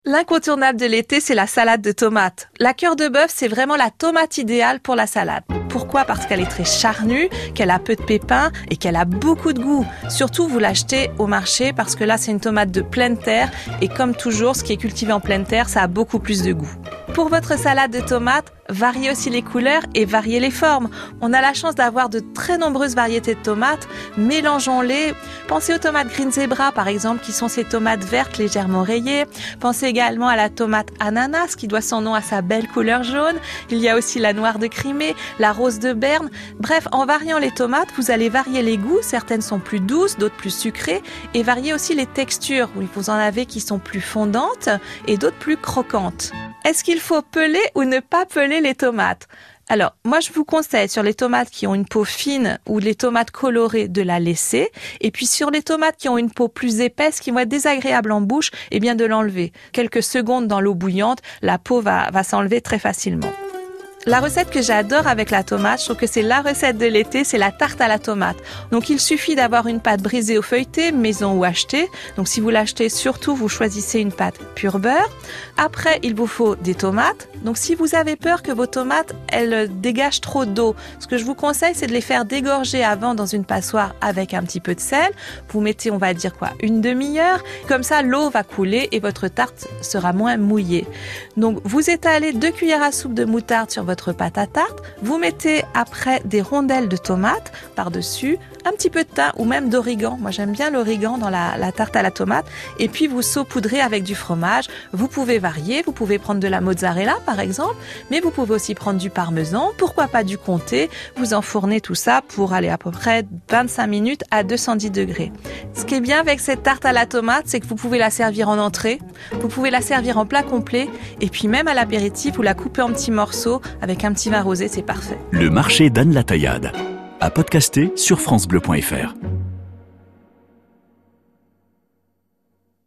L'incontournable de l'été, c'est la salade de tomates. La cœur de bœuf, c'est vraiment la tomate idéale pour la salade. Pourquoi ? Parce qu'elle est très charnue, qu'elle a peu de pépins et qu'elle a beaucoup de goût. Surtout, vous l'achetez au marché parce que là, c'est une tomate de pleine terre et comme toujours, ce qui est cultivé en pleine terre, ça a beaucoup plus de goût. Pour votre salade de tomates, variez aussi les couleurs et variez les formes. On a la chance d'avoir de très nombreuses variétés de tomates. Mélangeons-les. Pensez aux tomates Green Zebra, par exemple, qui sont ces tomates vertes légèrement rayées. Pensez également à la tomate ananas, qui doit son nom à sa belle couleur jaune. Il y a aussi la noire de Crimée, la rose de Berne. Bref, en variant les tomates, vous allez varier les goûts. Certaines sont plus douces, d'autres plus sucrées. Et varier aussi les textures. Oui, vous en avez qui sont plus fondantes et d'autres plus croquantes. Est-ce qu'il faut peler ou ne pas peler les tomates ? Alors, moi, je vous conseille sur les tomates qui ont une peau fine ou les tomates colorées de la laisser. Et puis sur les tomates qui ont une peau plus épaisse, qui vont être désagréables en bouche, eh bien de l'enlever. Quelques secondes dans l'eau bouillante, la peau va s'enlever très facilement. La recette que j'adore avec la tomate, je trouve que c'est la recette de l'été, c'est la tarte à la tomate. Donc il suffit d'avoir une pâte brisée au feuilleté, maison ou achetée. Donc si vous l'achetez, surtout vous choisissez une pâte pur beurre. Après, il vous faut des tomates. Donc si vous avez peur que vos tomates, elles dégagent trop d'eau, ce que je vous conseille, c'est de les faire dégorger avant dans une passoire avec un petit peu de sel. Vous mettez, on va dire une demi-heure. Comme ça, l'eau va couler et votre tarte sera moins mouillée. Donc vous étalez 2 cuillères à soupe de moutarde sur votre pâte à tarte. Vous mettez après des rondelles de tomates par-dessus, un petit peu de thym ou même d'origan. Moi, j'aime bien l'origan dans la tarte à la tomate. Et puis, vous saupoudrez avec du fromage. Vous pouvez varier. Vous pouvez prendre de la mozzarella, par exemple. Mais vous pouvez aussi prendre du parmesan. Pourquoi pas du comté. Vous enfournez tout ça pour aller à peu près 25 minutes à 210 degrés. Ce qui est bien avec cette tarte à la tomate, c'est que vous pouvez la servir en entrée. Vous pouvez la servir en plat complet. Et puis, même à l'apéritif, vous la coupez en petits morceaux avec un petit vin rosé. C'est parfait. Le marché d'Anne Lataillade. À podcaster sur francebleu.fr.